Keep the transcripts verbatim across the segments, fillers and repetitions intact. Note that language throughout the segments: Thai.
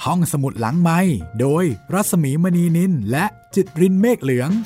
ห้องสมุดหลังไมค์โดยรัศมีมณีนินและจิตรินเมฆเหลือง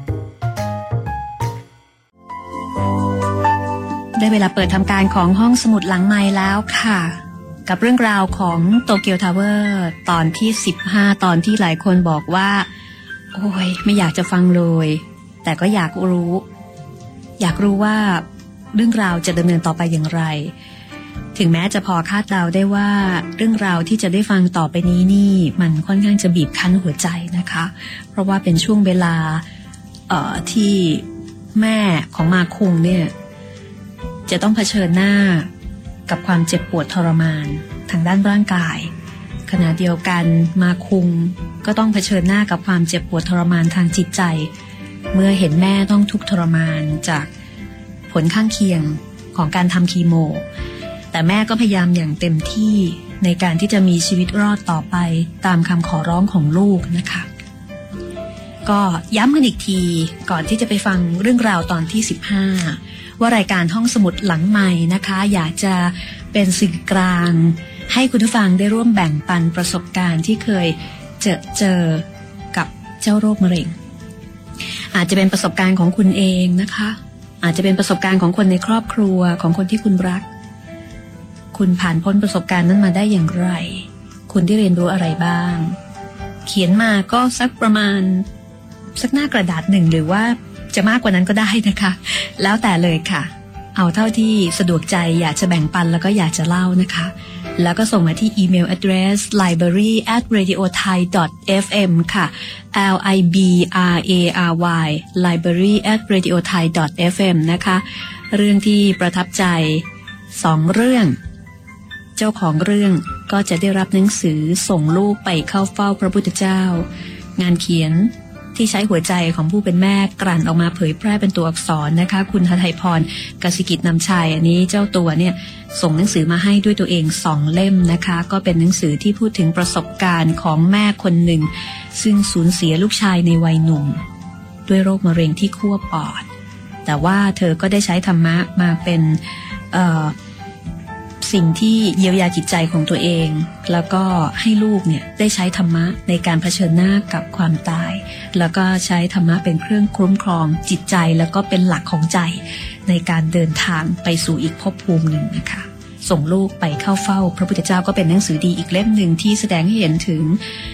ได้เวลาเปิดทำการของห้องสมุดหลังไมค์แล้วค่ะกับเรื่องราวของโตเกียวทาวเวอร์ตอนที่สิบห้าตอนที่หลายคนบอกว่าโอ้ยไม่อยากจะฟังเลยแต่ก็อยากรู้อยากรู้ว่าเรื่องราวจะดำเนินต่อไปอย่างไรถึงแม้จะพอคาดเดาได้ว่าเรื่องราวที่จะได้ฟังต่อไปนี้นี่มันค่อนข้างจะบีบคั้นหัวใจนะคะเพราะว่าเป็นช่วงเวลาเอ่อที่แม่ของมาคุงเนี่ยจะต้องเผชิญหน้ากับความเจ็บปวดทรมานทางด้านร่างกายขณะเดียวกันมาคุงก็ต้องเผชิญหน้ากับความเจ็บปวดทรมานทางจิตใจเมื่อเห็นแม่ต้องทุกข์ทรมานจากผลข้างเคียงของการทำคีโมแต่แม่ก็พยายามอย่างเต็มที่ในการที่จะมีชีวิตรอดต่อไปตามคำขอร้องของลูกนะคะก็ย้ำกันอีกทีก่อนที่จะไปฟังเรื่องราวตอนที่สิบห้าว่ารายการห้องสมุดหลังใหม่นะคะอยากจะเป็นสื่อกลางให้คุณผู้ฟังได้ร่วมแบ่งปันประสบการณ์ที่เคยเจอเจอกับเจ้าโรคมะเร็งอาจจะเป็นประสบการณ์ของคุณเองนะคะอาจจะเป็นประสบการณ์ของคนในครอบครัวของคนที่คุณรักคุณผ่านพ้นประสบการณ์นั้นมาได้อย่างไรคุณได้เรียนรู้อะไรบ้างเขียนมาก็สักประมาณสักหน้ากระดาษหนึ่งหรือว่าจะมากกว่านั้นก็ได้นะคะแล้วแต่เลยค่ะเอาเท่าที่สะดวกใจอยากจะแบ่งปันแล้วก็อยากจะเล่านะคะแล้วก็ส่งมาที่อีเมล address library at radio thai dot f m ค่ะ l i b r a r y library at radio thai dot f m นะคะเรื่องที่ประทับใจสองเรื่องเจ้าของเรื่องก็จะได้รับหนังสือส่งลูกไปเข้าเฝ้าพระพุทธเจ้างานเขียนที่ใช้หัวใจของผู้เป็นแม่กลั่นออกมาเผยแพร่เป็นตัวอักษรนะคะคุณหทัยพรกสิกิจนำชัยอันนี้เจ้าตัวเนี่ยส่งหนังสือมาให้ด้วยตัวเองสองเล่มนะคะก็เป็นหนังสือที่พูดถึงประสบการณ์ของแม่คนหนึ่งซึ่งสูญเสียลูกชายในวัยหนุ่มด้วยโรคมะเร็งที่ขั้วปอดแต่ว่าเธอก็ได้ใช้ธรรมะมาเป็นเอ่อสิ่งที่เยียวยาจิตใจของตัวเองแล้วก็ให้ลูกเนี่ยได้ใช้ธรรมะในการเผชิญหน้ากับความตายแล้วก็ใช้ธรรมะเป็นเครื่องคุ้มครองจิตใจแล้วก็เป็นหลักของใจในการเดินทางไปสู่อีกภพภูมิหนึ่งนะคะส่งลูกไปเข้าเฝ้าพระพุทธเจ้าก็เป็นหนังสือดีอีกเล่มหนึ่งที่แสดงให้เห็นถึง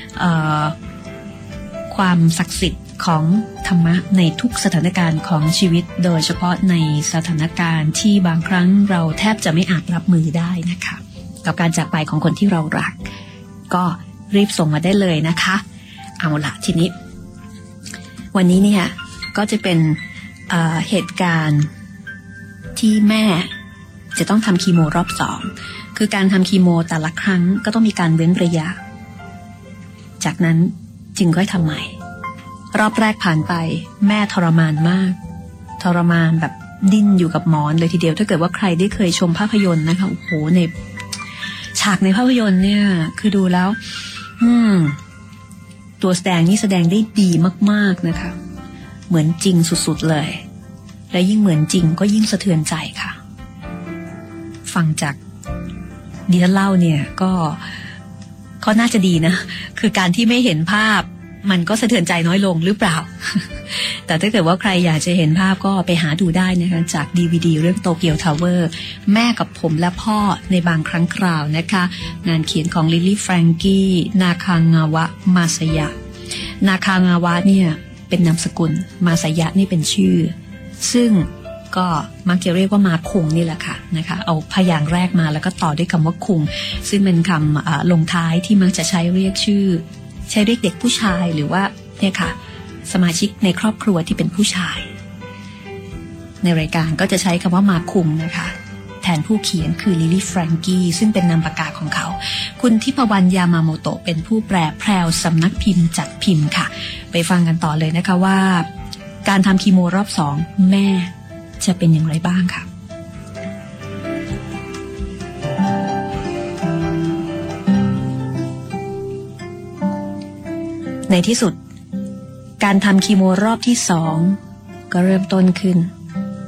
ความศักดิ์สิทธิ์ของธรรมะในทุกสถานการณ์ของชีวิตโดยเฉพาะในสถานการณ์ที่บางครั้งเราแทบจะไม่อาจรับมือได้นะคะกับการจากไปของคนที่เรารักก็รีบส่งมาได้เลยนะคะเอาละทีนี้วันนี้เนี่ยก็จะเป็น เอ่อ เหตุการณ์ที่แม่จะต้องทำคีโมรอบสองคือการทำคีโมแต่ละครั้งก็ต้องมีการเว้นระยะจากนั้นจึงค่อยทำใหม่รอบแรกผ่านไปแม่ทรมานมากทรมานแบบดิ้นอยู่กับหมอนเลยทีเดียวถ้าเกิดว่าใครได้เคยชมภาพยนตร์นะคะโอ้โหในฉากในภาพยนตร์เนี่ยคือดูแล้วอืมตัวแสดงนี่แสดงได้ดีมากๆนะคะเหมือนจริงสุดๆเลยและยิ่งเหมือนจริงก็ยิ่งสะเทือนใจค่ะฟังจากดิฉันเล่าเนี่ยก็ก็น่าจะดีนะคือการที่ไม่เห็นภาพมันก็สะเทือนใจน้อยลงหรือเปล่า แต่ถ้าเกิดว่าใครอยากจะเห็นภาพก็ไปหาดูได้นะคะจาก ดี วี ดี เรื่องโตเกียวทาวเวอร์แม่กับผมและพ่อในบางครั้งคราวนะคะงานเขียนของลิลลี่แฟรงกี้นาคางาวะมาซายะนาคางาวะเนี่ยเป็นนามสกุลมาซายะนี่เป็นชื่อซึ่งก็มักจะเรียกว่ามาคุงนี่แหละค่ะนะคะเอาพยางค์แรกมาแล้วก็ต่อด้วยคำว่าคุงซึ่งเป็นคำลงท้ายที่มักจะใช้เรียกชื่อใช้เรียกเด็กผู้ชายหรือว่าเนี่ยค่ะสมาชิกในครอบครัวที่เป็นผู้ชายในรายการก็จะใช้คำว่ามาคุงนะคะแทนผู้เขียนคือลิลลี่แฟรงกี้ซึ่งเป็นนามปากกาของเขาคุณทิพวรรณยามาโมโตะเป็นผู้แปลแพรวสำนักพิมพ์จัดพิมพ์ค่ะไปฟังกันต่อเลยนะคะว่าการทำคีโมรอบสองแม่จะเป็นอย่างไรบ้างค่ะในที่สุดการทำคีโมรอบที่สองก็เริ่มต้นขึ้น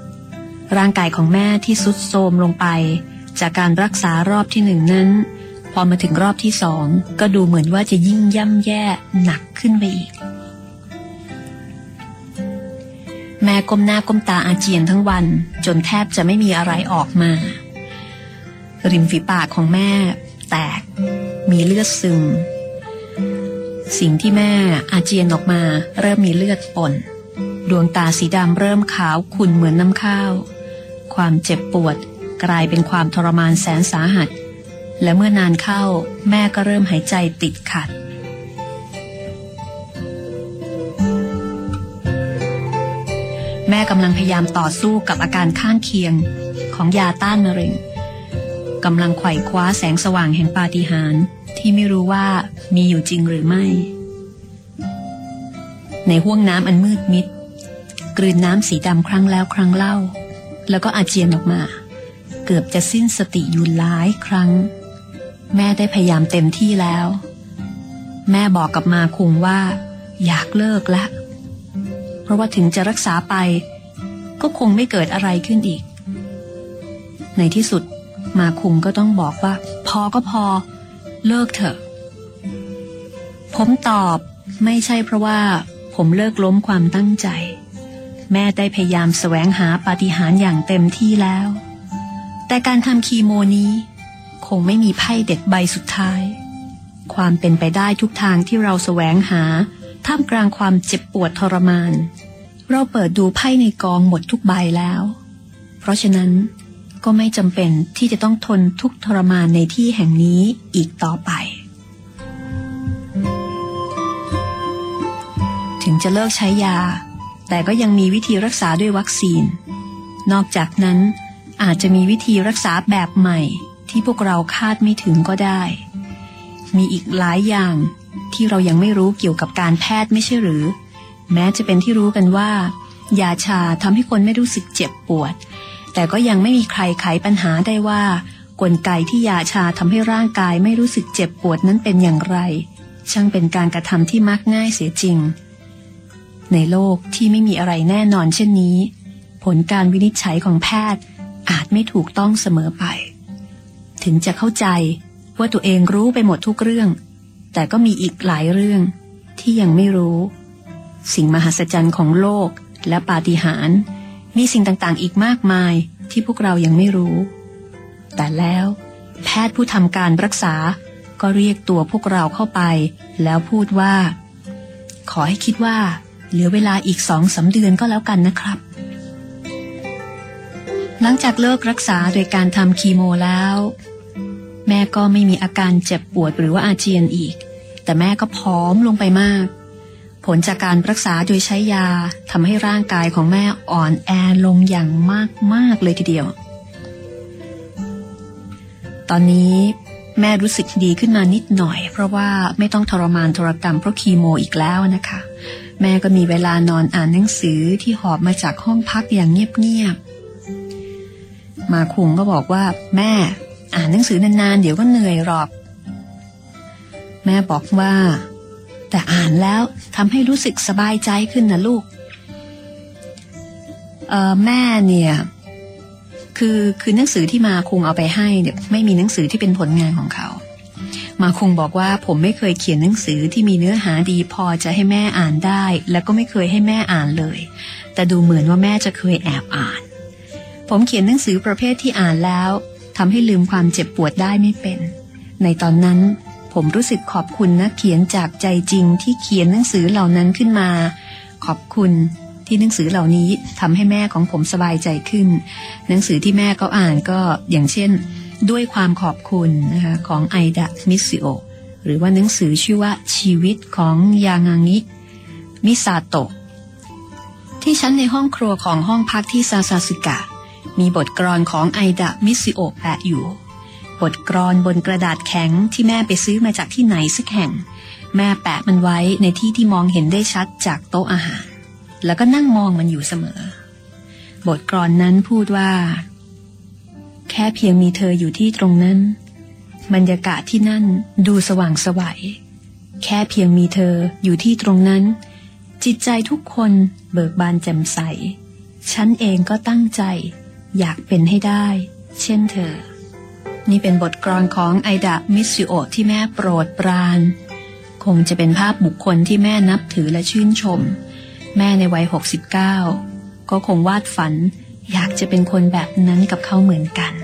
ร่างกายของแม่ที่ทรุดโทรมลงไปจากการรักษารอบที่หนึ่งนั้นผพอมาถึงรอบที่สองก็ดูเหมือนว่าจะยิ่งย่ำแย่หนักขึ้นไปอีกแม่ก้มหน้าก้มตาอาเจียนทั้งวันจนแทบจะไม่มีอะไรออกมาริมฝีปากของแม่แตกมีเลือดซึมสิ่งที่แม่อาเจียนออกมาเริ่มมีเลือดปนดวงตาสีดำเริ่มขาวขุ่นเหมือนน้ำข้าวความเจ็บปวดกลายเป็นความทรมานแสนสาหัสและเมื่อนานเข้าแม่ก็เริ่มหายใจติดขัดแม่กำลังพยายามต่อสู้กับอาการข้างเคียงของยาต้านมะเร็งกำลังไขว่คว้าแสงสว่างแห่งปาฏิหาริย์ที่ไม่รู้ว่ามีอยู่จริงหรือไม่ในห้วงน้ำอันมืดมิดกลืนน้ำสีดำครั้งแล้วครั้งเล่าแล้วก็อาเจียนออกมาเกือบจะสิ้นสติอยู่หลายครั้งแม่ได้พยายามเต็มที่แล้วแม่บอกกับมาคุงว่าอยากเลิกแล้วเพราะว่าถึงจะรักษาไปก็คงไม่เกิดอะไรขึ้นอีกในที่สุดมาคุงก็ต้องบอกว่าพอก็พอเลิกเถอะผมตอบไม่ใช่เพราะว่าผมเลิกล้มความตั้งใจแม่ได้พยายามแสวงหาปาฏิหาริย์อย่างเต็มที่แล้วแต่การทำคีโมนี้คงไม่มีไพ่เด็ดใบสุดท้ายความเป็นไปได้ทุกทางที่เราแสวงหาท่ามกลางความเจ็บปวดทรมานเราเปิดดูไพ่ในกองหมดทุกใบแล้วเพราะฉะนั้นก็ไม่จำเป็นที่จะต้องทนทุกข์ทรมานในที่แห่งนี้อีกต่อไปถึงจะเลิกใช้ยาแต่ก็ยังมีวิธีรักษาด้วยวัคซีนนอกจากนั้นอาจจะมีวิธีรักษาแบบใหม่ที่พวกเราคาดไม่ถึงก็ได้มีอีกหลายอย่างที่เรายังไม่รู้เกี่ยวกับการแพทย์ไม่ใช่หรือแม้จะเป็นที่รู้กันว่ายาชาทำให้คนไม่รู้สึกเจ็บปวดแต่ก็ยังไม่มีใครไขปัญหาได้ว่ากลไกที่ยาชาทำให้ร่างกายไม่รู้สึกเจ็บปวดนั้นเป็นอย่างไรช่างเป็นการกระทำที่มักง่ายเสียจริงในโลกที่ไม่มีอะไรแน่นอนเช่นนี้ผลการวินิจฉัยของแพทย์อาจไม่ถูกต้องเสมอไปถึงจะเข้าใจว่าตัวเองรู้ไปหมดทุกเรื่องแต่ก็มีอีกหลายเรื่องที่ยังไม่รู้สิ่งมหัศจรรย์ของโลกและปาฏิหาริย์มีสิ่งต่างๆอีกมากมายที่พวกเรายังไม่รู้แต่แล้วแพทย์ผู้ทำการรักษาก็เรียกตัวพวกเราเข้าไปแล้วพูดว่าขอให้คิดว่าเหลือเวลาอีกสองสามเดือนก็แล้วกันนะครับหลังจากเลิกรักษาโดยการทำคีโมแล้วแม่ก็ไม่มีอาการเจ็บปวดหรือว่าอาเจียนอีกแต่แม่ก็ผอมลงไปมากผลจากการรักษาโดยใช้ยาทำให้ร่างกายของแม่อ่อนแอลงอย่างมากๆเลยทีเดียวตอนนี้แม่รู้สึกดีขึ้นมานิดหน่อยเพราะว่าไม่ต้องทรมานทรกรรมเพราะคีโมอีกแล้วนะคะแม่ก็มีเวลานอนอ่านหนังสือที่หอบมาจากห้องพักอย่างเงียบๆมาคุงก็บอกว่าแม่อ่านหนังสือนานๆเดี๋ยวก็เหนื่อยหรอกแม่บอกว่าแต่อ่านแล้วทำให้รู้สึกสบายใจขึ้นนะลูกเออแม่เนี่ยคือคือหนังสือที่มาคุงเอาไปให้เนี่ยไม่มีหนังสือที่เป็นผลงานของเขามาคุงบอกว่าผมไม่เคยเขียนหนังสือที่มีเนื้อหาดีพอจะให้แม่อ่านได้แล้วก็ไม่เคยให้แม่อ่านเลยแต่ดูเหมือนว่าแม่จะเคยแอบอ่านผมเขียนหนังสือประเภทที่อ่านแล้วทำให้ลืมความเจ็บปวดได้ไม่เป็นในตอนนั้นผมรู้สึกขอบคุณนักเขียนจากใจจริงที่เขียนหนังสือเหล่านั้นขึ้นมาขอบคุณที่หนังสือเหล่านี้ทำให้แม่ของผมสบายใจขึ้นหนังสือที่แม่เขาอ่านก็อย่างเช่นด้วยความขอบคุณนะคะของไอดะมิซิโอหรือว่าหนังสือชื่อว่าชีวิตของยางางิมิซาโตะที่ชั้นในห้องครัวของห้องพักที่ซาซาสึกะมีบทกลอนของไอดะมิซิโอแปะอยู่บทกลอนบนกระดาษแข็งที่แม่ไปซื้อมาจากที่ไหนสักแห่งแม่แปะมันไว้ในที่ที่มองเห็นได้ชัดจากโต๊ะอาหารแล้วก็นั่งมองมันอยู่เสมอบทกลอนนั้นพูดว่าแค่เพียงมีเธออยู่ที่ตรงนั้นบรรยากาศที่นั่นดูสว่างไสวแค่เพียงมีเธออยู่ที่ตรงนั้นจิตใจทุกคนเบิกบานแจ่มใสฉันเองก็ตั้งใจอยากเป็นให้ได้เช่นเธอนี่เป็นบทกลอนของไอดะมิซิโอะที่แม่โปรดปรานคงจะเป็นภาพบุคคลที่แม่นับถือและชื่นชมแม่ในวัยหกสิบเก้าก็คงวาดฝันอยากจะเป็นคนแบบนั้นกับเขาเหมือนกัน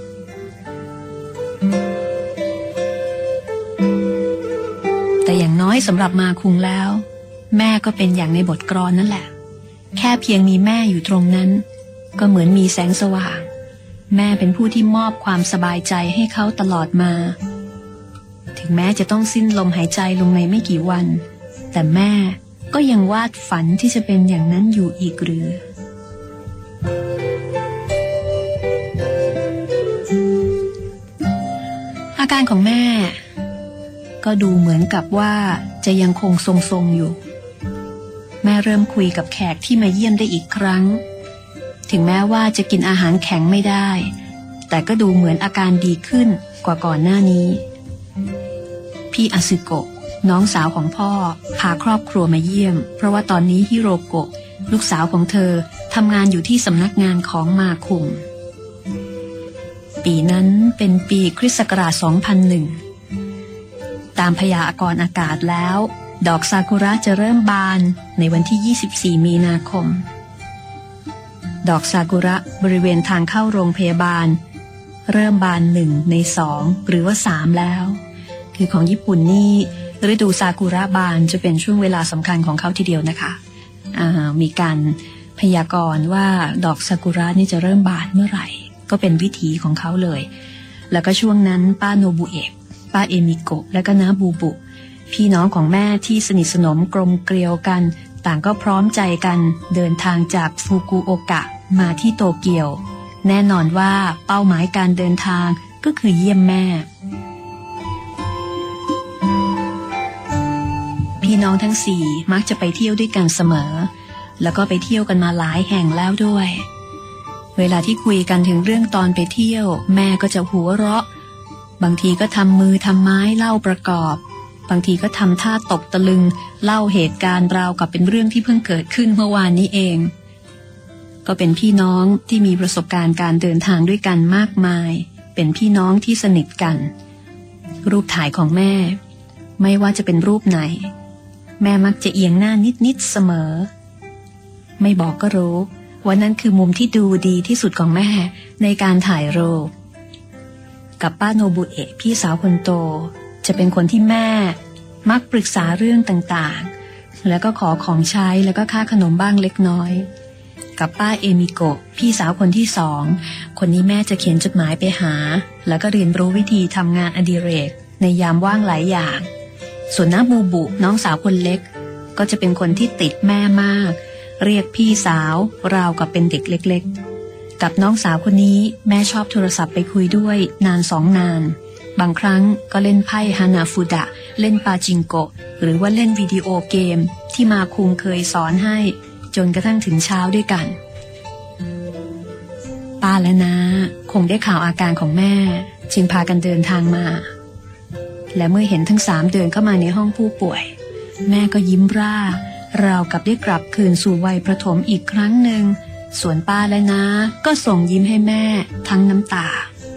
แต่อย่างน้อยสำหรับมาคุงแล้วแม่ก็เป็นอย่างในบทกลอนนั่นแหละแค่เพียงมีแม่อยู่ตรงนั้นก็เหมือนมีแสงสว่างแม่เป็นผู้ที่มอบความสบายใจให้เขาตลอดมาถึงแม้จะต้องสิ้นลมหายใจลงในไม่กี่วันแต่แม่ก็ยังวาดฝันที่จะเป็นอย่างนั้นอยู่อีกหรืออาการของแม่ก็ดูเหมือนกับว่าจะยังคงทรงๆอยู่แม่เริ่มคุยกับแขกที่มาเยี่ยมได้อีกครั้งถึงแม้ว่าจะกินอาหารแข็งไม่ได้แต่ก็ดูเหมือนอาการดีขึ้นกว่าก่อนหน้านี้พี่อาซึโกะน้องสาวของพ่อพาครอบครัวมาเยี่ยมเพราะว่าตอนนี้ฮิโรโกะลูกสาวของเธอทำงานอยู่ที่สำนักงานของมาคุงปีนั้นเป็นปีคริสต์ศักราช สองพันหนึ่ง ตามพยากรณ์อากาศแล้วดอกซากุระจะเริ่มบานในวันที่ ยี่สิบสี่ มีนาคมดอกซากุระบริเวณทางเข้าโรงพยาบาลเริ่มบานหนึ่งในสองหรือว่าสามแล้วคือของญี่ปุ่นนี่ฤดูซากุระบานจะเป็นช่วงเวลาสำคัญของเขาทีเดียวนะคะมีการพยากรณ์ว่าดอกซากุระนี่จะเริ่มบานเมื่อไหร่ก็เป็นวิถีของเขาเลยแล้วก็ช่วงนั้นป้าโนบุเอะป้าเอมิโกะและก็น้าบูบุพี่น้องของแม่ที่สนิทสนมกลมเกลียวกันต่างก็พร้อมใจกันเดินทางจากฟุกุโอกะมาที่โตเกียวแน่นอนว่าเป้าหมายการเดินทางก็คือเยี่ยมแม่พี่น้องทั้งสี่มักจะไปเที่ยวด้วยกันเสมอแล้วก็ไปเที่ยวกันมาหลายแห่งแล้วด้วยเวลาที่คุยกันถึงเรื่องตอนไปเที่ยวแม่ก็จะหัวเราะบางทีก็ทำมือทำไม้เล่าประกอบบางทีก็ทำท่าตกตะลึงเล่าเหตุการณ์ราวกับเป็นเรื่องที่เพิ่งเกิดขึ้นเมื่อวานนี้เองก็เป็นพี่น้องที่มีประสบการณ์การเดินทางด้วยกันมากมายเป็นพี่น้องที่สนิทกันรูปถ่ายของแม่ไม่ว่าจะเป็นรูปไหนแม่มักจะเอียงหน้านิดๆเสมอไม่บอกก็รู้ว่านั่นคือมุมที่ดูดีที่สุดของแม่ในการถ่ายรูปกับป้าโนบุเอะพี่สาวคนโตจะเป็นคนที่แม่มักปรึกษาเรื่องต่างๆแล้วก็ขอของใช้แล้วก็ค่าขนมบ้างเล็กน้อยกับป้าเอมิโกะพี่สาวคนที่สองคนนี้แม่จะเขียนจดหมายไปหาแล้วก็เรียนรู้วิธีทำงานอดิเรกในยามว่างหลายอย่างส่วนน้าบูบุน้องสาวคนเล็กก็จะเป็นคนที่ติดแม่มากเรียกพี่สาวราวกับเป็นเด็กเล็กๆกับน้องสาวคนนี้แม่ชอบโทรศัพท์ไปคุยด้วยนานสองนานบางครั้งก็เล่นไพ่ฮานาฟูดะเล่นปาจิงโกะหรือว่าเล่นวิดีโอเกมที่มาคุงเคยสอนให้จนกระทั่งถึงเช้าด้วยกันป้าและน้าคงได้ข่าวอาการของแม่จึงพากันเดินทางมาและเมื่อเห็นทั้งสามเดินเข้ามาในห้องผู้ป่วยแม่ก็ยิ้มร่าราวกับได้กลับคืนสู่วัยประถมอีกครั้งหนึ่งส่วนป้าและน้าก็ส่งยิ้มให้แม่ทั้งน้ำตา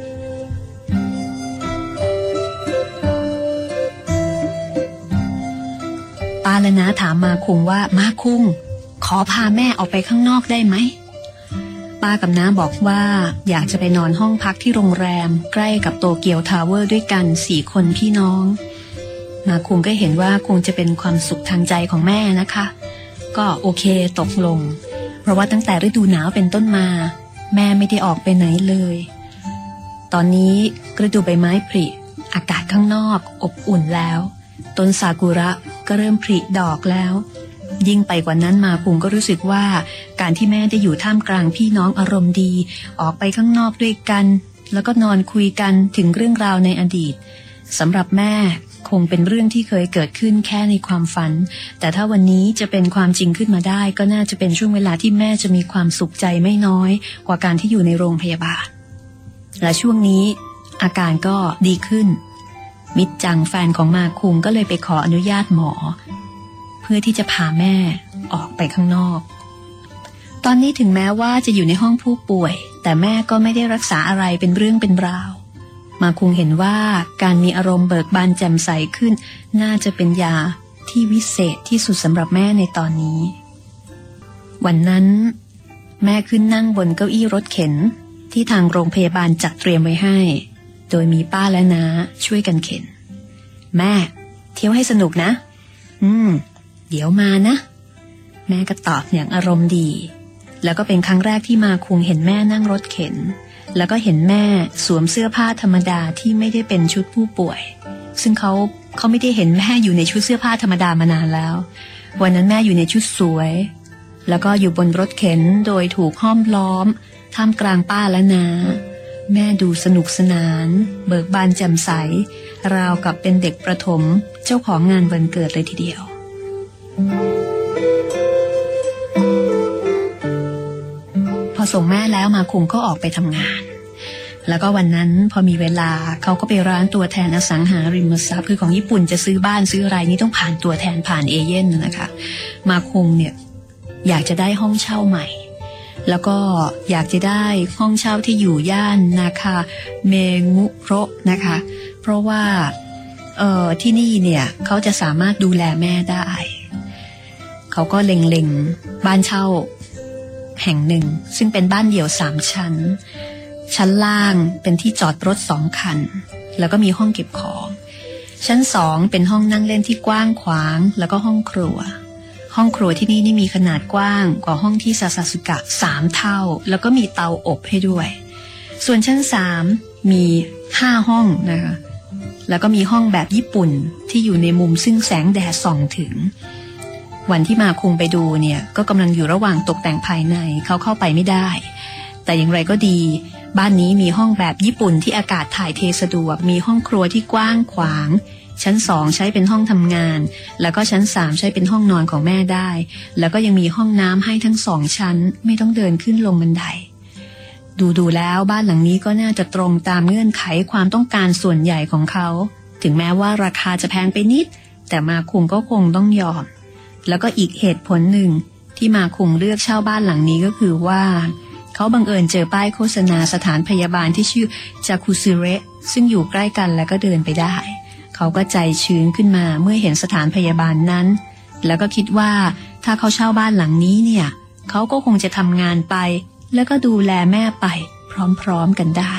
ป้าและน้าถามมาคุงว่ามาคุงขอพาแม่ออกไปข้างนอกได้ไหมป้ากับน้าบอกว่าอยากจะไปนอนห้องพักที่โรงแรมใกล้กับโตเกียวทาวเวอร์ด้วยกันสี่คนพี่น้องมาคุงก็เห็นว่าคงจะเป็นความสุขทางใจของแม่นะคะก็โอเคตกลงเพราะว่าตั้งแต่ฤดูหนาวเป็นต้นมาแม่ไม่ได้ออกไปไหนเลยตอนนี้ฤดูใบไม้ผลิอากาศข้างนอกอบอุ่นแล้วต้นซากุระก็เริ่มผลิดอกแล้วยิ่งไปกว่านั้นมาคุงก็รู้สึกว่าการที่แม่ได้อยู่ท่ามกลางพี่น้องอารมณ์ดีออกไปข้างนอกด้วยกันแล้วก็นอนคุยกันถึงเรื่องราวในอดีตสำหรับแม่คงเป็นเรื่องที่เคยเกิดขึ้นแค่ในความฝันแต่ถ้าวันนี้จะเป็นความจริงขึ้นมาได้ก็น่าจะเป็นช่วงเวลาที่แม่จะมีความสุขใจไม่น้อยกว่าการที่อยู่ในโรงพยาบาลและช่วงนี้อาการก็ดีขึ้นมิตรจังแฟนของมาคุงก็เลยไปขออนุญาตหมอเพื่อที่จะพาแม่ออกไปข้างนอกตอนนี้ถึงแม้ว่าจะอยู่ในห้องผู้ป่วยแต่แม่ก็ไม่ได้รักษาอะไรเป็นเรื่องเป็นราวมาคุงเห็นว่าการมีอารมณ์เบิกบานแจ่มใสขึ้นน่าจะเป็นยาที่วิเศษที่สุดสำหรับแม่ในตอนนี้วันนั้นแม่ขึ้นนั่งบนเก้าอี้รถเข็นที่ทางโรงพยาบาลจัดเตรียมไว้ให้โดยมีป้าและน้าช่วยกันเข็นแม่เที่ยวให้สนุกนะอืมเดี๋ยวมานะแม่ก็ตอบอย่างอารมณ์ดีแล้วก็เป็นครั้งแรกที่มาคุงเห็นแม่นั่งรถเข็นแล้วก็เห็นแม่สวมเสื้อผ้าธรรมดาที่ไม่ได้เป็นชุดผู้ป่วยซึ่งเขาเขาไม่ได้เห็นแม่อยู่ในชุดเสื้อผ้าธรรมดามานานแล้ววันนั้นแม่อยู่ในชุดสวยแล้วก็อยู่บนรถเข็นโดยถูกห้อมล้อมท่ามกลางป้าและน้าแม่ดูสนุกสนานเบิกบานแจ่มใสราวกับเป็นเด็กประถมเจ้าของงานวันเกิดเลยทีเดียวพอส่งแม่แล้วมาคุงก็ออกไปทำงานแล้วก็วันนั้นพอมีเวลาเขาก็ไปร้านตัวแทนอสังหาริมทรัพย์คือของญี่ปุ่นจะซื้อบ้านซื้ออะไรนี่ต้องผ่านตัวแทนผ่านเอเย่นนะคะมาคุงเนี่ยอยากจะได้ห้องเช่าใหม่แล้วก็อยากจะได้ห้องเช่าที่อยู่ย่านนาคาเมงุโระนะคะเพราะว่าเอ่อที่นี่เนี่ยเขาจะสามารถดูแลแม่ได้เขาก็เล็งๆบ้านเช่าแห่งหนึ่งซึ่งเป็นบ้านเดี่ยวสามชั้นชั้นล่างเป็นที่จอดรถสองคันแล้วก็มีห้องเก็บของชั้นสองเป็นห้องนั่งเล่นที่กว้างขวางแล้วก็ห้องครัวห้องครัวที่นี่นี่มีขนาดกว้างกว่าห้องที่ซาซาสึกะสามเท่าแล้วก็มีเตาอบให้ด้วยส่วนชั้นสามมีห้าห้องนะคะแล้วก็มีห้องแบบญี่ปุ่นที่อยู่ในมุมซึ่งแสงแดดส่องถึงวันที่มาคุงไปดูเนี่ยก็กำลังอยู่ระหว่างตกแต่งภายในเขาเข้าไปไม่ได้แต่อย่างไรก็ดีบ้านนี้มีห้องแบบญี่ปุ่นที่อากาศถ่ายเทสะดวกมีห้องครัวที่กว้างขวางชั้นสองใช้เป็นห้องทำงานแล้วก็ชั้นสามใช้เป็นห้องนอนของแม่ได้แล้วก็ยังมีห้องน้ำให้ทั้งสองชั้นไม่ต้องเดินขึ้นลงบันไดดูดูแล้วบ้านหลังนี้ก็น่าจะตรงตามเงื่อนไขความต้องการส่วนใหญ่ของเขาถึงแม้ว่าราคาจะแพงไปนิดแต่มาคุงก็คงต้องยอมแล้วก็อีกเหตุผลหนึ่งที่มาคุงเลือกเช่าบ้านหลังนี้ก็คือว่าเขาบังเอิญเจอป้ายโฆษณาสถานพยาบาลที่ชื่อจากุซึเระซึ่งอยู่ใกล้กันแล้วก็เดินไปได้เขาก็ใจชื้นขึ้นมาเมื่อเห็นสถานพยาบาลนั้นแล้วก็คิดว่าถ้าเขาเช่าบ้านหลังนี้เนี่ยเขาก็คงจะทำงานไปแล้วก็ดูแลแม่ไปพร้อมๆกันได้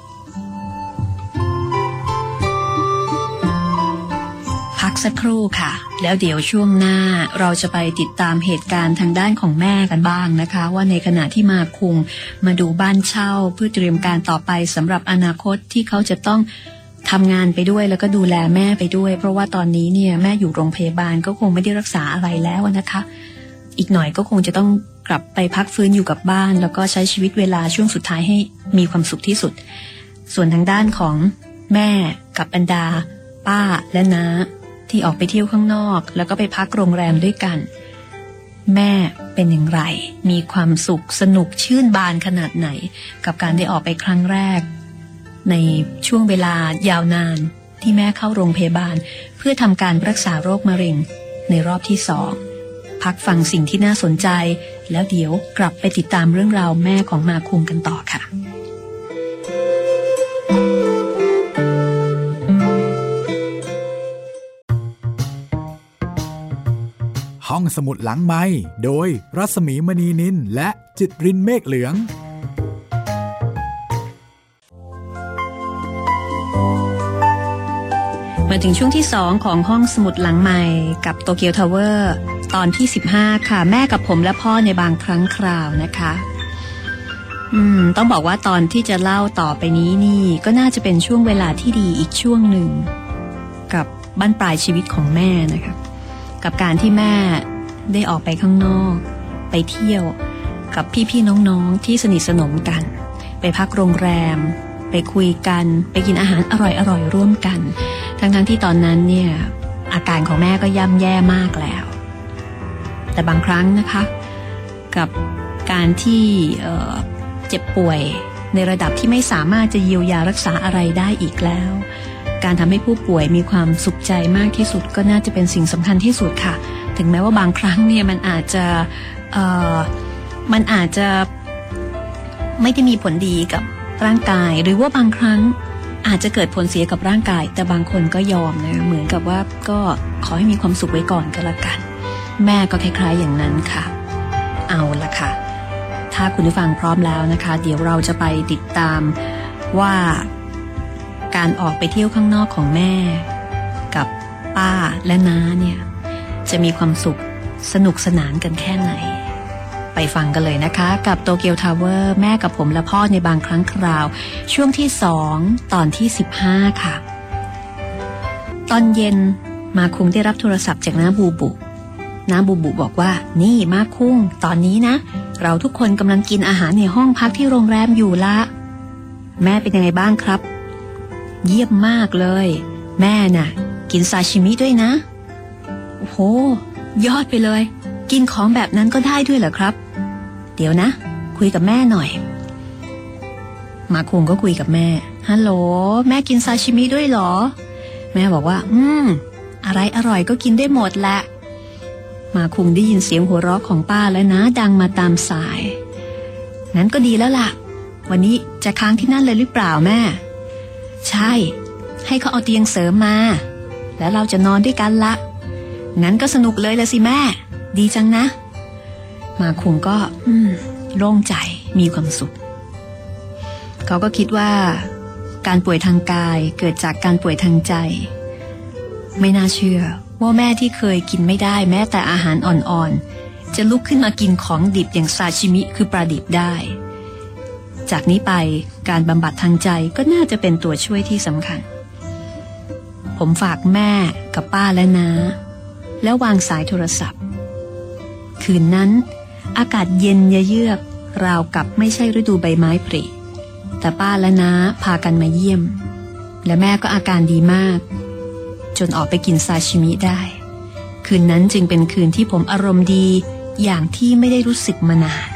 พักสักครู่ค่ะแล้วเดี๋ยวช่วงหน้าเราจะไปติดตามเหตุการณ์ทางด้านของแม่กันบ้างนะคะว่าในขณะที่มาคุงมาดูบ้านเช่าเพื่อเตรียมการต่อไปสำหรับอนาคตที่เขาจะต้องทำงานไปด้วยแล้วก็ดูแลแม่ไปด้วยเพราะว่าตอนนี้เนี่ยแม่อยู่โรงพยาบาลก็คงไม่ได้รักษาอะไรแล้วนะคะอีกหน่อยก็คงจะต้องกลับไปพักฟื้นอยู่กับบ้านแล้วก็ใช้ชีวิตเวลาช่วงสุดท้ายให้มีความสุขที่สุดส่วนทางด้านของแม่กับบรรดาป้าและน้าที่ออกไปเที่ยวข้างนอกแล้วก็ไปพักโรงแรมด้วยกันแม่เป็นอย่างไรมีความสุขสนุกชื่นบานขนาดไหนกับการได้ออกไปครั้งแรกในช่วงเวลายาวนานที่แม่เข้าโรงพยาบาลเพื่อทำการรักษาโรคมะเร็งในรอบที่สองพักฟังสิ่งที่น่าสนใจแล้วเดี๋ยวกลับไปติดตามเรื่องราวแม่ของมาคุงกันต่อค่ะห้องสมุดหลังไมค์โดยรัศมีมณีนินและจิตรินเมฆเหลืองมาถึงช่วงที่สองของห้องสมุดหลังใหม่กับโตเกียวทาวเวอร์ตอนที่สิบห้าค่ะแม่กับผมและพ่อในบางครั้งคราวนะคะอืมต้องบอกว่าตอนที่จะเล่าต่อไปนี้นี่ก็น่าจะเป็นช่วงเวลาที่ดีอีกช่วงหนึ่งกับบั้นปลายชีวิตของแม่นะคะกับการที่แม่ได้ออกไปข้างนอกไปเที่ยวกับพี่ๆน้องๆที่สนิทสนมกันไปพักโรงแรมไปคุยกันไปกินอาหารอร่อยๆร่วมกันทั้งๆที่ตอนนั้นเนี่ยอาการของแม่ก็ย่ำแย่มากแล้วแต่บางครั้งนะคะกับการที่เอ่อเจ็บป่วยในระดับที่ไม่สามารถจะเยียวยารักษาอะไรได้อีกแล้วการทำให้ผู้ป่วยมีความสุขใจมากที่สุดก็น่าจะเป็นสิ่งสำคัญที่สุดค่ะถึงแม้ว่าบางครั้งเนี่ยมันอาจจะเอ่อมันอาจจะไม่ได้มีผลดีกับร่างกายหรือว่าบางครั้งอาจจะเกิดผลเสียกับร่างกายแต่บางคนก็ยอมนะเหมือนกับว่าก็ขอให้มีความสุขไว้ก่อนก็แล้วกันแม่ก็คล้ายๆอย่างนั้นค่ะเอาละค่ะถ้าคุณผู้ฟังพร้อมแล้วนะคะเดี๋ยวเราจะไปติดตามว่าการออกไปเที่ยวข้างนอกของแม่กับป้าและน้าเนี่ยจะมีความสุขสนุกสนานกันแค่ไหนไปฟังกันเลยนะคะกับโตเกียวทาวเวอร์แม่กับผมและพ่อในบางครั้งคราวช่วงที่สองตอนที่สิบห้าค่ะตอนเย็นมาคุงได้รับโทรศัพท์จากน้าบูบุน้าบูบุบอกว่านี่มาคุงตอนนี้นะเราทุกคนกำลังกินอาหารในห้องพักที่โรงแรมอยู่ละแม่เป็นยังไงบ้างครับเยี่ยมมากเลยแม่น่ะกินซาชิมิด้วยนะโอ้โหยอดไปเลยกินของแบบนั้นก็ได้ด้วยเหรอครับเดี๋ยวนะคุยกับแม่หน่อยมาคุงก็คุยกับแม่ฮัลโหลแม่กินซาชิมิด้วยเหรอแม่บอกว่าอืมอะไรอร่อยก็กินได้หมดแหละมาคุงได้ยินเสียงหัวเราะของป้าและน้าดังมาตามสายงั้นก็ดีแล้วล่ะวันนี้จะค้างที่นั่นเลยหรือเปล่าแม่ใช่ให้เขาเอาเตียงเสริมมาแล้วเราจะนอนด้วยกันละงั้นก็สนุกเลยละสิแม่ดีจังนะมาคุงก็อืมโล่งใจมีความสุขเขาก็คิดว่าการป่วยทางกายเกิดจากการป่วยทางใจไม่น่าเชื่อว่าแม่ที่เคยกินไม่ได้แม้แต่อาหารอ่อนๆจะลุกขึ้นมากินของดิบอย่างซาชิมิคือปลาดิบได้จากนี้ไปการบำบัดทางใจก็น่าจะเป็นตัวช่วยที่สำคัญผมฝากแม่กับป้าและน้าแล้ววางสายโทรศัพท์คืนนั้นอากาศเย็นเยือกราวกับไม่ใช่ฤดูใบไม้ผลิแต่ป้าและน้าพากันมาเยี่ยมและแม่ก็อาการดีมากจนออกไปกินซาชิมิได้คืนนั้นจึงเป็นคืนที่ผมอารมณ์ดีอย่างที่ไม่ได้รู้สึกมานาน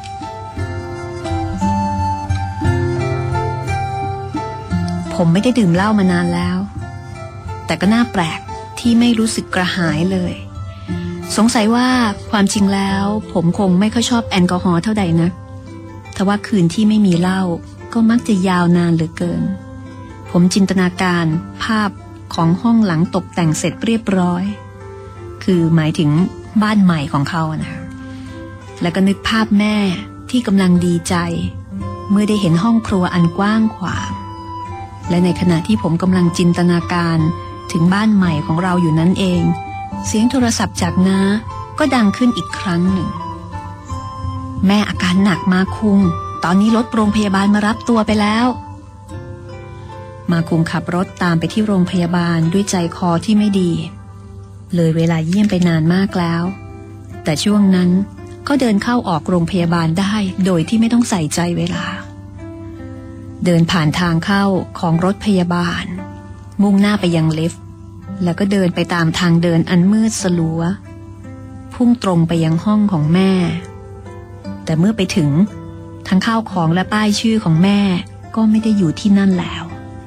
ผมไม่ได้ดื่มเหล้ามานานแล้วแต่ก็น่าแปลกที่ไม่รู้สึกกระหายเลยสงสัยว่าความจริงแล้วผมคงไม่ค่อยชอบแอลกอฮอล์เท่าใดนักแต่ว่าคืนที่ไม่มีเหล้าก็มักจะยาวนานเหลือเกินผมจินตนาการภาพของห้องหลังตกแต่งเสร็จเรียบร้อยคือหมายถึงบ้านใหม่ของเขานะแล้วก็นึกภาพแม่ที่กำลังดีใจเมื่อได้เห็นห้องครัวอันกว้างขวางและในขณะที่ผมกำลังจินตนาการถึงบ้านใหม่ของเราอยู่นั้นเองเสียงโทรศัพท์จากน้าก็ดังขึ้นอีกครั้งหนึ่งแม่อาการหนักมาคุงตอนนี้รถโรงพยาบาลมารับตัวไปแล้วมาคุงขับรถตามไปที่โรงพยาบาลด้วยใจคอที่ไม่ดีเลยเวลาเยี่ยมไปนานมากแล้วแต่ช่วงนั้นก็เดินเข้าออกโรงพยาบาลได้โดยที่ไม่ต้องใส่ใจเวลาเดินผ่านทางเข้าของรถพยาบาลมุ่งหน้าไปยังลิฟต์แล้วก็เดินไปตามทางเดินอันมืดสลัวพุ่งตรงไปยังห้องของแม่แต่เมื่อไปถึงทั้งข้าวของและป้ายชื่อของแม่ก็ไม่ได้อยู่ที่นั่นแล้ว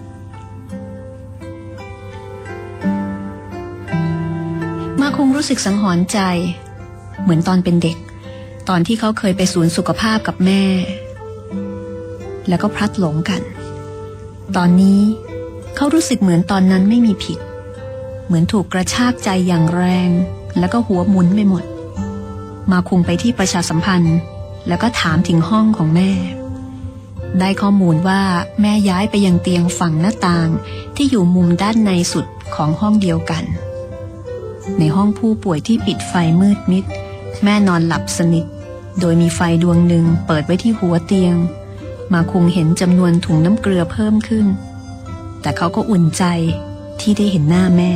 มาคงรู้สึกสังหรณ์ใจเหมือนตอนเป็นเด็กตอนที่เขาเคยไปศูนย์สุขภาพกับแม่แล้วก็พลัดหลงกันตอนนี้เขารู้สึกเหมือนตอนนั้นไม่มีผิดเหมือนถูกกระชากใจอย่างแรงแล้วก็หัวหมุนไปหมดมาคุงไปที่ประชาสัมพันธ์แล้วก็ถามถึงห้องของแม่ได้ข้อมูลว่าแม่ย้ายไปยังเตียงฝั่งหน้าต่างที่อยู่มุมด้านในสุดของห้องเดียวกันในห้องผู้ป่วยที่ปิดไฟมืดมิดแม่นอนหลับสนิทโดยมีไฟดวงหนึ่งเปิดไว้ที่หัวเตียงมาคุงเห็นจำนวนถุงน้ำเกลือเพิ่มขึ้นแต่เขาก็อุ่นใจที่ได้เห็นหน้าแม่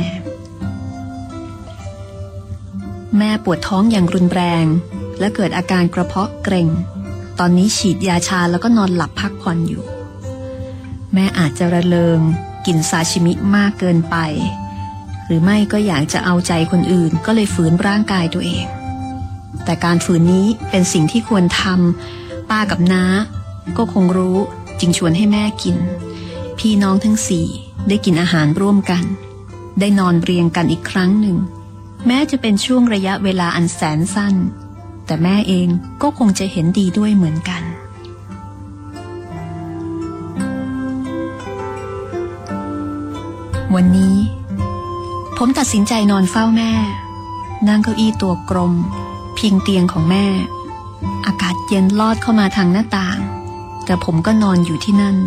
แม่ปวดท้องอย่างรุนแรงและเกิดอาการกระเพาะเกร็งตอนนี้ฉีดยาชาแล้วก็นอนหลับพักผ่อนอยู่แม่อาจจะระเริงกินซาชิมิมากเกินไปหรือไม่ก็อยากจะเอาใจคนอื่นก็เลยฝืนร่างกายตัวเองแต่การฝืนนี้เป็นสิ่งที่ควรทำป้ากับน้าก็คงรู้จึงชวนให้แม่กินพี่น้องทั้งสี่ได้กินอาหารร่วมกันได้นอนเรียงกันอีกครั้งหนึ่งแม้จะเป็นช่วงระยะเวลาอันแสนสั้นแต่แม่เองก็คงจะเห็นดีด้วยเหมือนกันวันนี้ผมตัดสินใจนอนเฝ้าแม่นั่งเก้าอี้ตัวกลมพิงเตียงของแม่อากาศเย็นลอดเข้ามาทางหน้าต่างแต่ผมก็นอนอยู่ที่นั่น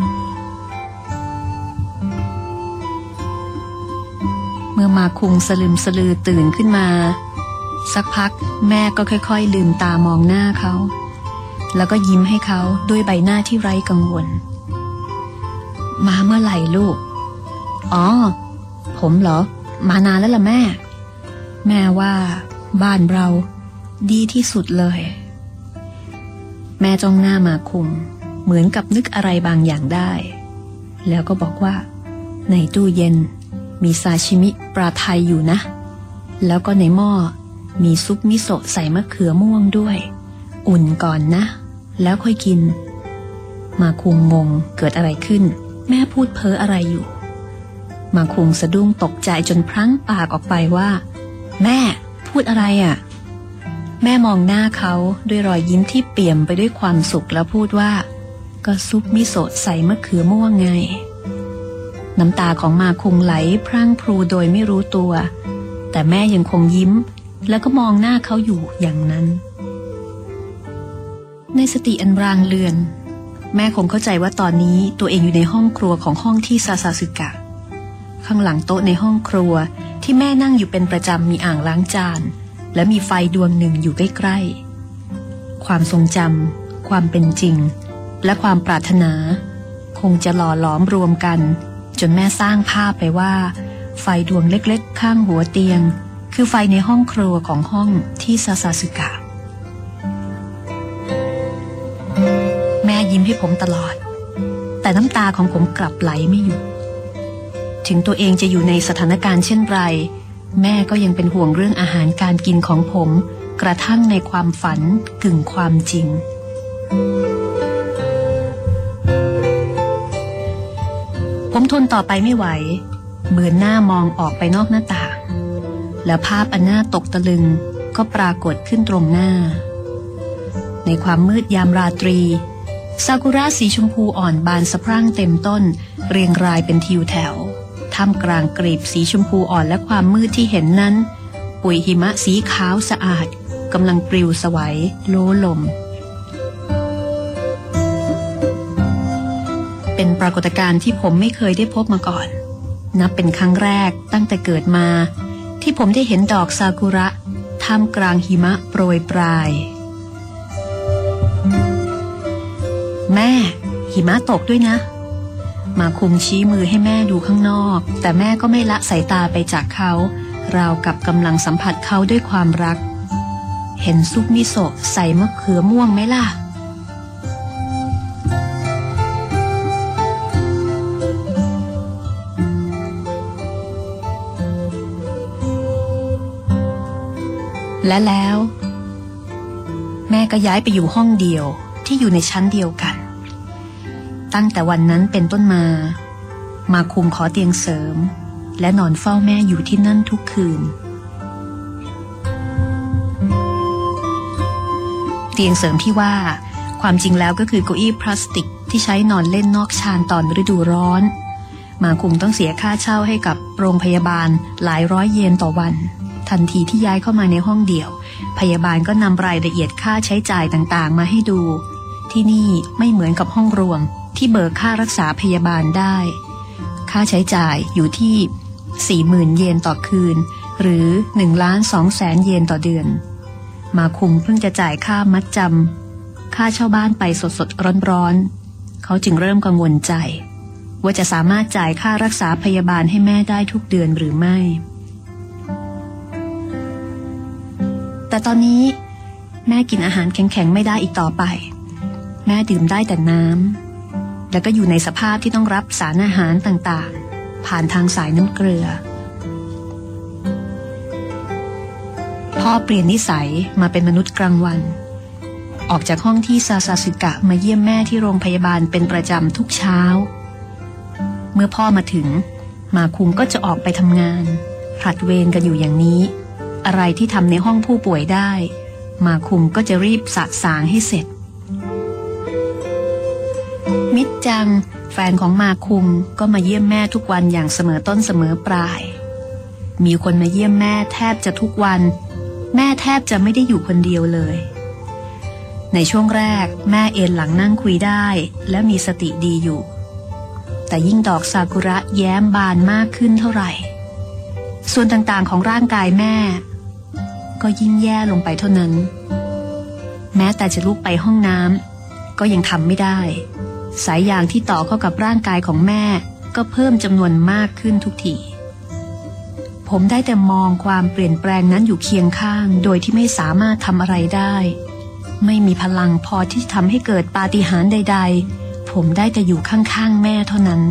เมื่อมาคุงสลึมสลือตื่นขึ้นมาสักพักแม่ก็ค่อยๆลืมตามองหน้าเขาแล้วก็ยิ้มให้เขาด้วยใบหน้าที่ไร้กังวลมาเมื่อไหร่ลูกอ๋อผมเหรอมานานแล้วล่ะแม่แม่ว่าบ้านเราดีที่สุดเลยแม่จ้องหน้ามาคุงเหมือนกับนึกอะไรบางอย่างได้แล้วก็บอกว่าในตู้เย็นมีซาชิมิปลาไทยอยู่นะแล้วก็ในหม้อมีซุปมิโซะใส่มะเขือม่วงด้วยอุ่นก่อนนะแล้วค่อยกินมาคุงงงเกิดอะไรขึ้นแม่พูดเพ้ออะไรอยู่มาคุงสะดุ้งตกใจจนพลั้งปากออกไปว่าแม่พูดอะไรอ่ะแม่มองหน้าเขาด้วยรอยยิ้มที่เปี่ยมไปด้วยความสุขแล้วพูดว่าก็ซุปมิโซะใส่มะเขือม่วงไงน้ำตาของมาคุงไหลพรั่งพรูโดยไม่รู้ตัวแต่แม่ยังคงยิ้มแล้วก็มองหน้าเขาอยู่อย่างนั้นในสติอันรางเลือนแม่คงเข้าใจว่าตอนนี้ตัวเองอยู่ในห้องครัวของห้องที่ซาซาสึกะข้างหลังโต๊ะในห้องครัวที่แม่นั่งอยู่เป็นประจำมีอ่างล้างจานและมีไฟดวงหนึ่งอยู่ใกล้ๆความทรงจำความเป็นจริงและความปรารถนาคงจะหล่อหลอมรวมกันจนแม่สร้างภาพไปว่าไฟดวงเล็กๆข้างหัวเตียงคือไฟในห้องครัวของห้องที่ซาซาสึกะแม่ยิ้มให้ผมตลอดแต่น้ำตาของผมกลับไหลไม่หยุดถึงตัวเองจะอยู่ในสถานการณ์เช่นไรแม่ก็ยังเป็นห่วงเรื่องอาหารการกินของผมกระทั่งในความฝันกึ่งความจริงผมทนต่อไปไม่ไหวเบือนหน้ามองออกไปนอกหน้าต่างแล้วภาพอันน่าตกตะลึงก็ปรากฏขึ้นตรงหน้าในความมืดยามราตรีซากุระสีชมพูอ่อนบานสะพรั่งเต็มต้นเรียงรายเป็นทิวแถวท่ามกลางกลีบสีชมพูอ่อนและความมืดที่เห็นนั้นปุยหิมะสีขาวสะอาดกำลังปลิวสวัยโลลมเป็นปรากฏการณ์ที่ผมไม่เคยได้พบมาก่อนนับเป็นครั้งแรกตั้งแต่เกิดมาที่ผมได้เห็นดอกซากุระท่ามกลางหิมะโปรยปลายแม่หิมะตกด้วยนะมาคุงชี้มือให้แม่ดูข้างนอกแต่แม่ก็ไม่ละสายตาไปจากเขาราวกับกำลังสัมผัสเขาด้วยความรักเห็นซุปมิโซะใส่มะเขือม่วงไหมล่ะและแล้วแม่ก็ย้ายไปอยู่ห้องเดียวที่อยู่ในชั้นเดียวกันตั้งแต่วันนั้นเป็นต้นมามาคุงขอเตียงเสริมและนอนเฝ้าแม่อยู่ที่นั่นทุกคืนเตียงเสริมที่ว่าความจริงแล้วก็คือเก้าอี้พลาสติกที่ใช้นอนเล่นนอกชานตอนฤดูร้อนมาคุงต้องเสียค่าเช่าให้กับโรงพยาบาลหลายร้อยเยนต่อวันทันทีที่ย้ายเข้ามาในห้องเดี่ยวพยาบาลก็นำรายละเอียดค่าใช้จ่ายต่างๆมาให้ดูที่นี่ไม่เหมือนกับห้องรวมที่เบิกค่ารักษาพยาบาลได้ค่าใช้จ่ายอยู่ที่ สี่หมื่น เยนต่อคืนหรือ หนึ่งล้านสองแสน เยนต่อเดือนมาคุงเพิ่งจะจ่ายค่ามัดจำค่าเช่าบ้านไปสดๆร้อนๆเขาจึงเริ่มกังวลใจว่าจะสามารถจ่ายค่ารักษาพยาบาลให้แม่ได้ทุกเดือนหรือไม่แต่ตอนนี้แม่กินอาหารแข็งๆไม่ได้อีกต่อไปแม่ดื่มได้แต่น้ำแล้วก็อยู่ในสภาพที่ต้องรับสารอาหารต่างๆผ่านทางสายน้ำเกลือพ่อเปลี่ยนนิสัยมาเป็นมนุษย์กลางวันออกจากห้องที่ซาซาสึกะมาเยี่ยมแม่ที่โรงพยาบาลเป็นประจำทุกเช้าเมื่อพ่อมาถึงมาคุงก็จะออกไปทำงานผลัดเวรกันอยู่อย่างนี้อะไรที่ทำในห้องผู้ป่วยได้มาคุงก็จะรีบสะสางให้เสร็จมิตรจังแฟนของมาคุงก็มาเยี่ยมแม่ทุกวันอย่างเสมอต้นเสมอปลายมีคนมาเยี่ยมแม่แทบจะทุกวันแม่แทบจะไม่ได้อยู่คนเดียวเลยในช่วงแรกแม่เอนหลังนั่งคุยได้และมีสติดีอยู่แต่ยิ่งดอกซากุระแย้มบานมากขึ้นเท่าไหร่ส่วนต่างๆของร่างกายแม่ก็ยิ่งแย่ลงไปเท่านั้นแม้แต่จะลุกไปห้องน้ำก็ยังทำไม่ได้สายยางที่ต่อเข้ากับร่างกายของแม่ก็เพิ่มจำนวนมากขึ้นทุกทีผมได้แต่มองความเปลี่ยนแปลงนั้นอยู่เคียงข้างโดยที่ไม่สามารถทำอะไรได้ไม่มีพลังพอที่จะทำให้เกิดปาฏิหาริย์ใดๆผมได้แต่อยู่ข้างๆแม่เท่านั้น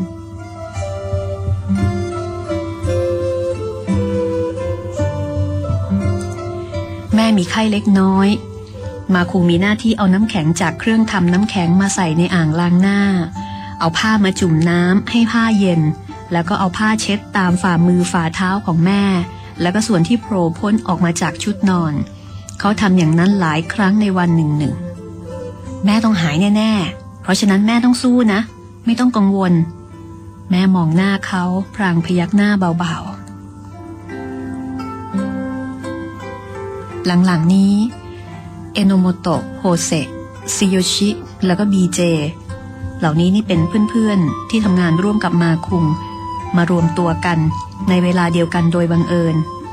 แม่มีไข้เล็กน้อยมาคุงมีหน้าที่เอาน้ำแข็งจากเครื่องทำน้ำแข็งมาใส่ในอ่างล้างหน้าเอาผ้ามาจุ่มน้ำให้ผ้าเย็นแล้วก็เอาผ้าเช็ดตามฝ่ามือฝ่าเท้าของแม่แล้วก็ส่วนที่โผล่พ้นออกมาจากชุดนอนเขาทำอย่างนั้นหลายครั้งในวันหนึ่งหนึ่งแม่ต้องหายแน่ๆเพราะฉะนั้นแม่ต้องสู้นะไม่ต้องกังวลแม่มองหน้าเขาพลางพยักหน้าเบาๆหลังๆนี้เอโนโมโตะโฮเซะซิโยชิแล้วก็บีเจเหล่านี้นี่เป็นเพื่อนๆที่ทำงานร่วมกับมาคุงมารวมตัวกันในเวลาเดียวกันโดยบังเอิญ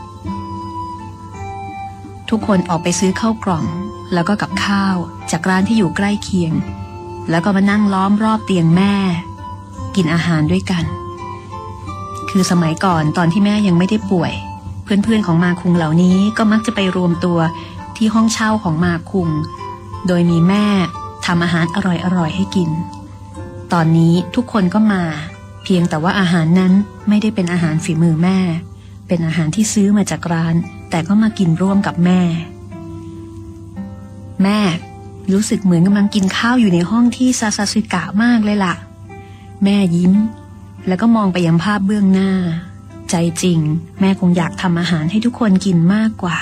ทุกคนออกไปซื้อข้าวกล่องแล้วก็กับข้าวจากร้านที่อยู่ใกล้เคียงแล้วก็มานั่งล้อมรอบเตียงแม่กินอาหารด้วยกันคือสมัยก่อนตอนที่แม่ยังไม่ได้ป่วยเพื่อนๆของมาคุงเหล่านี้ก็มักจะไปรวมตัวที่ห้องเช่าของมาคุงโดยมีแม่ทำอาหารอร่อยๆให้กินตอนนี้ทุกคนก็มาเพียงแต่ว่าอาหารนั้นไม่ได้เป็นอาหารฝีมือแม่เป็นอาหารที่ซื้อมาจากร้านแต่ก็มากินร่วมกับแม่แม่รู้สึกเหมือนกำลังกินข้าวอยู่ในห้องที่ซาซาสึกะมากเลยล่ะแม่ยิ้มแล้วก็มองไปยังภาพเบื้องหน้าใจจริงแม่คงอยากทำอาหารให้ทุกคนกินมากกว่า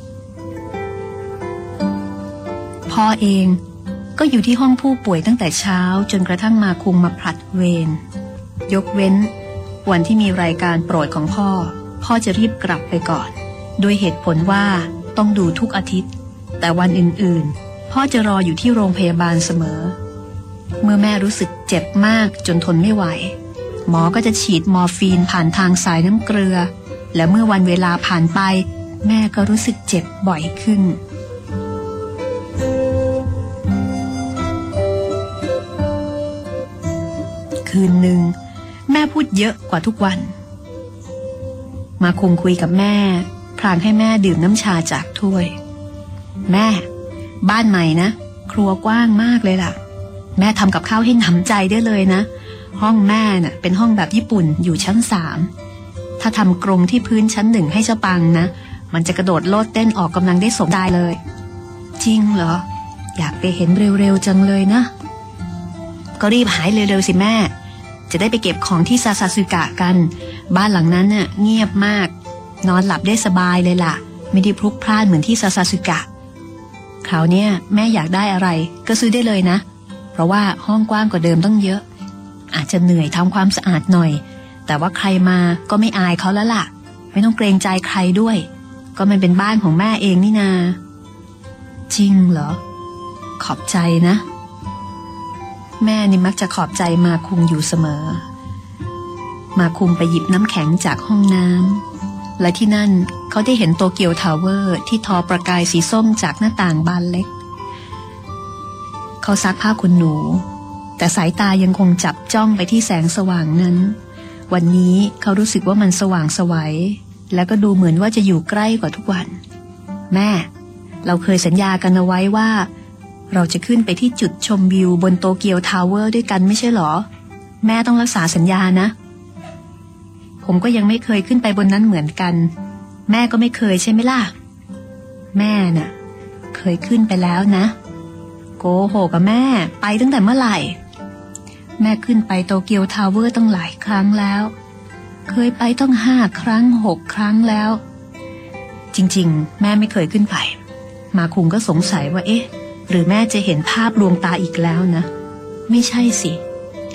พ่อเองก็อยู่ที่ห้องผู้ป่วยตั้งแต่เช้าจนกระทั่งมาคุงมาผลัดเวรยกเว้นวันที่มีรายการโปรดของพ่อพ่อจะรีบกลับไปก่อนโดยเหตุผลว่าต้องดูทุกอาทิตย์แต่วันอื่นๆพ่อจะรออยู่ที่โรงพยาบาลเสมอเมื่อแม่รู้สึกเจ็บมากจนทนไม่ไหวหมอก็จะฉีดมอร์ฟีนผ่านทางสายน้ำเกลือและเมื่อวันเวลาผ่านไปแม่ก็รู้สึกเจ็บบ่อยขึ้นคืนหนึ่งแม่พูดเยอะกว่าทุกวันมาคงคุยกับแม่พลางให้แม่ดื่มน้ำชาจากถ้วยแม่บ้านใหม่นะครัวกว้างมากเลยล่ะแม่ทำกับข้าวให้หนำใจได้เลยนะห้องแม่น่ะเป็นห้องแบบญี่ปุ่นอยู่ชั้นสามถ้าทำกรงที่พื้นชั้นหนึ่งให้เจ้าปังนะมันจะกระโดดโลดเต้นออกกำลังได้สมได้เลยจริงเหรออยากไปเห็นเร็วๆจังเลยนะก็รีบหายเร็วๆสิแม่จะได้ไปเก็บของที่ซาซาสึกะกันบ้านหลังนั้นน่ะเงียบมากนอนหลับได้สบายเลยล่ะไม่ได้พลุกพล่านเหมือนที่ซาซาสึกะคราวเนี้ยแม่อยากได้อะไรก็ซื้อได้เลยนะเพราะว่าห้องกว้างกว่าเดิมต้องเยอะอาจจะเหนื่อยทำความสะอาดหน่อยแต่ว่าใครมาก็ไม่อายเขาแล้วล่ะไม่ต้องเกรงใจใครด้วยก็มันเป็นบ้านของแม่เองนี่นาจริงเหรอขอบใจนะแม่นี่มักจะขอบใจมาคุงอยู่เสมอมาคุงไปหยิบน้ำแข็งจากห้องน้ำและที่นั่นเขาได้เห็นโตเกียวทาวเวอร์ที่ทอประกายสีส้มจากหน้าต่างบานเล็กเขาซักผ้าขนหนูแต่สายตายังคงจับจ้องไปที่แสงสว่างนั้นวันนี้เขารู้สึกว่ามันสว่างไสวแล้วก็ดูเหมือนว่าจะอยู่ใกล้กว่าทุกวันแม่เราเคยสัญญากันเอาไว้ว่าเราจะขึ้นไปที่จุดชมวิวบนโตเกียวทาวเวอร์ด้วยกันไม่ใช่หรอแม่ต้องรักษาสัญญานะผมก็ยังไม่เคยขึ้นไปบนนั้นเหมือนกันแม่ก็ไม่เคยใช่ไหมล่ะแม่น่ะเคยขึ้นไปแล้วนะโกหกกับแม่ไปตั้งแต่เมื่อไหร่แม่ขึ้นไปโตเกียวทาวเวอร์ตั้งหลายครั้งแล้วเคยไปต้องห้าครั้งหกครั้งแล้วจริงๆแม่ไม่เคยขึ้นไปมาคุงก็สงสัยว่าเอ๊ะหรือแม่จะเห็นภาพลวงตาอีกแล้วนะไม่ใช่สิถ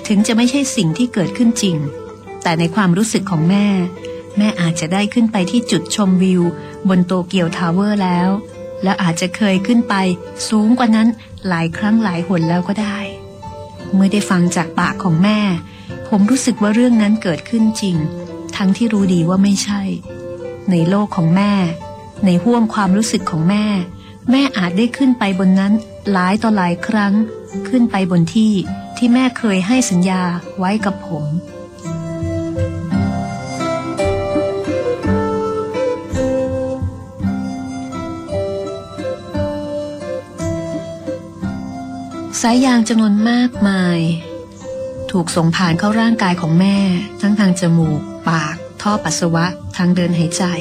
ถึงจะไม่ใช่สิ่งที่เกิดขึ้นจริงแต่ในความรู้สึกของแม่แม่อาจจะได้ขึ้นไปที่จุดชมวิวบนโตเกียวทาวเวอร์แล้วแล้วอาจจะเคยขึ้นไปสูงกว่านั้นหลายครั้งหลายหนแล้วก็ได้เมื่อได้ฟังจากปากของแม่ผมรู้สึกว่าเรื่องนั้นเกิดขึ้นจริงทั้งที่รู้ดีว่าไม่ใช่ในโลกของแม่ในห้วงความรู้สึกของแม่แม่อาจได้ขึ้นไปบนนั้นหลายต่อหลายครั้งขึ้นไปบนที่ที่แม่เคยให้สัญญาไว้กับผมสายยางจำนวนมากมายถูกส่งผ่านเข้าร่างกายของแม่ทั้งทางจมูกปากท่อปัสสาวะทางเดินหายใจ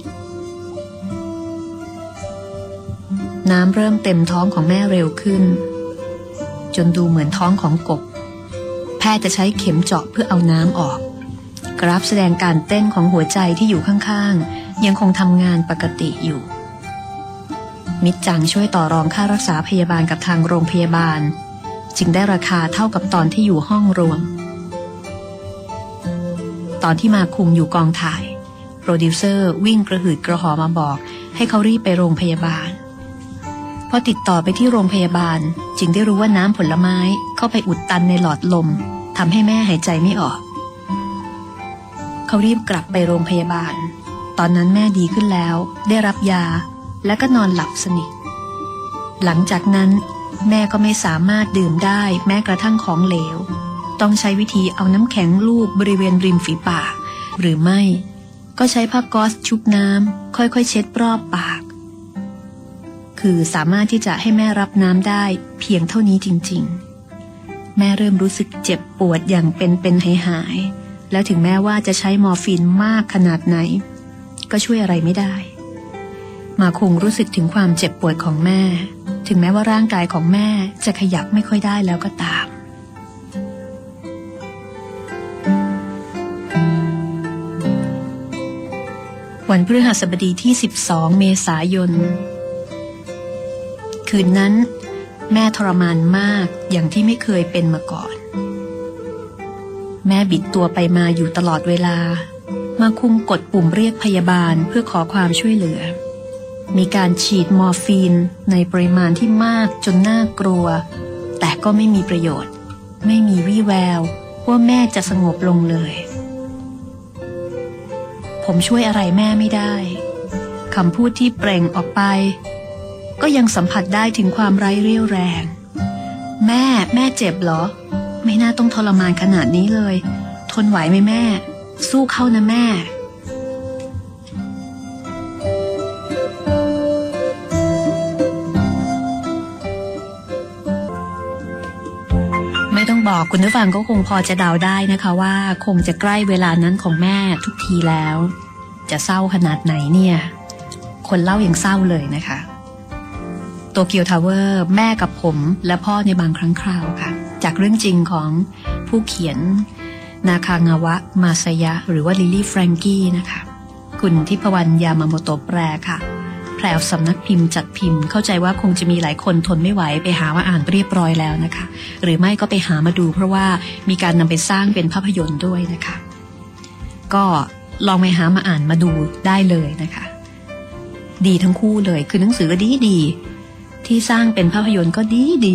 น้ำเริ่มเต็มท้องของแม่เร็วขึ้นจนดูเหมือนท้องของกบแพทย์จะใช้เข็มเจาะเพื่อเอาน้ำออกกราฟแสดงการเต้นของหัวใจที่อยู่ข้างๆยังคงทำงานปกติอยู่มิตรจังช่วยต่อรองค่ารักษาพยาบาลกับทางโรงพยาบาลจึงได้ราคาเท่ากับตอนที่อยู่ห้องรวมตอนที่มาคุมอยู่กองถ่ายโปรดิวเซอร์วิ่งกระหืดกระหอบมาบอกให้เขารีบไปโรงพยาบาลพอติดต่อไปที่โรงพยาบาลจึงได้รู้ว่าน้ำผลไม้เข้าไปอุดตันในหลอดลมทำให้แม่หายใจไม่ออกเขารีบกลับไปโรงพยาบาลตอนนั้นแม่ดีขึ้นแล้วได้รับยาและก็นอนหลับสนิทหลังจากนั้นแม่ก็ไม่สามารถดื่มได้แม้กระทั่งของเหลวต้องใช้วิธีเอาน้ำแข็งลูบบริเวณริมฝีปากหรือไม่ก็ใช้ผ้าก๊อซชุบน้ำค่อยๆเช็ดรอบปากคือสามารถที่จะให้แม่รับน้ำได้เพียงเท่านี้จริงๆแม่เริ่มรู้สึกเจ็บปวดอย่างเป็นๆหายๆแล้วถึงแม้ว่าจะใช้มอร์ฟีนมากขนาดไหนก็ช่วยอะไรไม่ได้มาคงรู้สึกถึงความเจ็บปวดของแม่ถึงแม้ว่าร่างกายของแม่จะขยับไม่ค่อยได้แล้วก็ตามวันพฤหัสบดีที่สิบสองเมษายนคืนนั้นแม่ทรมานมากอย่างที่ไม่เคยเป็นมาก่อนแม่บิดตัวไปมาอยู่ตลอดเวลามาคุมกดปุ่มเรียกพยาบาลเพื่อขอความช่วยเหลือมีการฉีดมอร์ฟีนในปริมาณที่มากจนน่ากลัวแต่ก็ไม่มีประโยชน์ไม่มีวี่แววว่าแม่จะสงบลงเลยผมช่วยอะไรแม่ไม่ได้คำพูดที่เปล่งออกไปก็ยังสัมผัสได้ถึงความไร้เรี่ยวแรงแม่แม่เจ็บเหรอไม่น่าต้องทรมานขนาดนี้เลยทนไหวไหมแม่สู้เข้านะแม่ไม่ต้องบอกคุณผู้ฟังก็คงพอจะเดาได้นะคะว่าคงจะใกล้เวลานั้นของแม่ทุกทีแล้วจะเศร้าขนาดไหนเนี่ยคนเล่ายังเศร้าเลยนะคะโตเกียวทาวเวอร์แม่กับผมและพ่อในบางครั้งคราวค่ะจากเรื่องจริงของผู้เขียนนาคางาวะมาซายะหรือว่าลิลลี่แฟรงกี้นะคะคุณทิพวรรณยามาโมโตะแปลค่ะแพรวสำนักพิมพ์จัดพิมพ์เข้าใจว่าคงจะมีหลายคนทนไม่ไหวไปหามาอ่านเรียบร้อยแล้วนะคะหรือไม่ก็ไปหามาดูเพราะว่ามีการนำไปสร้างเป็นภาพยนตร์ด้วยนะคะก็ลองไปหามาอ่านมาดูได้เลยนะคะดีทั้งคู่เลยคือหนังสือก็ดีดีที่สร้างเป็นภาพยนตร์ก็ดีดี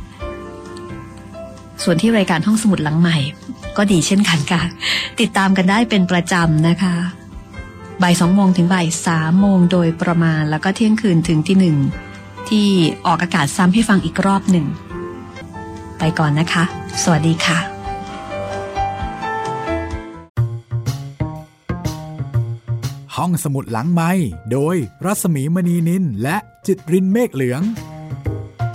ส่วนที่รายการห้องสมุดหลังใหม่ก็ดีเช่นกันค่ะติดตามกันได้เป็นประจำนะคะบ่ายสองโมงถึงบ่ายสามโมงโดยประมาณแล้วก็เที่ยงคืนถึงที่หนึ่งที่ออกอากาศซ้ำให้ฟังอีกรอบหนึ่งไปก่อนนะคะสวัสดีค่ะห้องสมุดหลังไมค์โดยรัศมีมณีนินและจิตรินเมฆเหลือง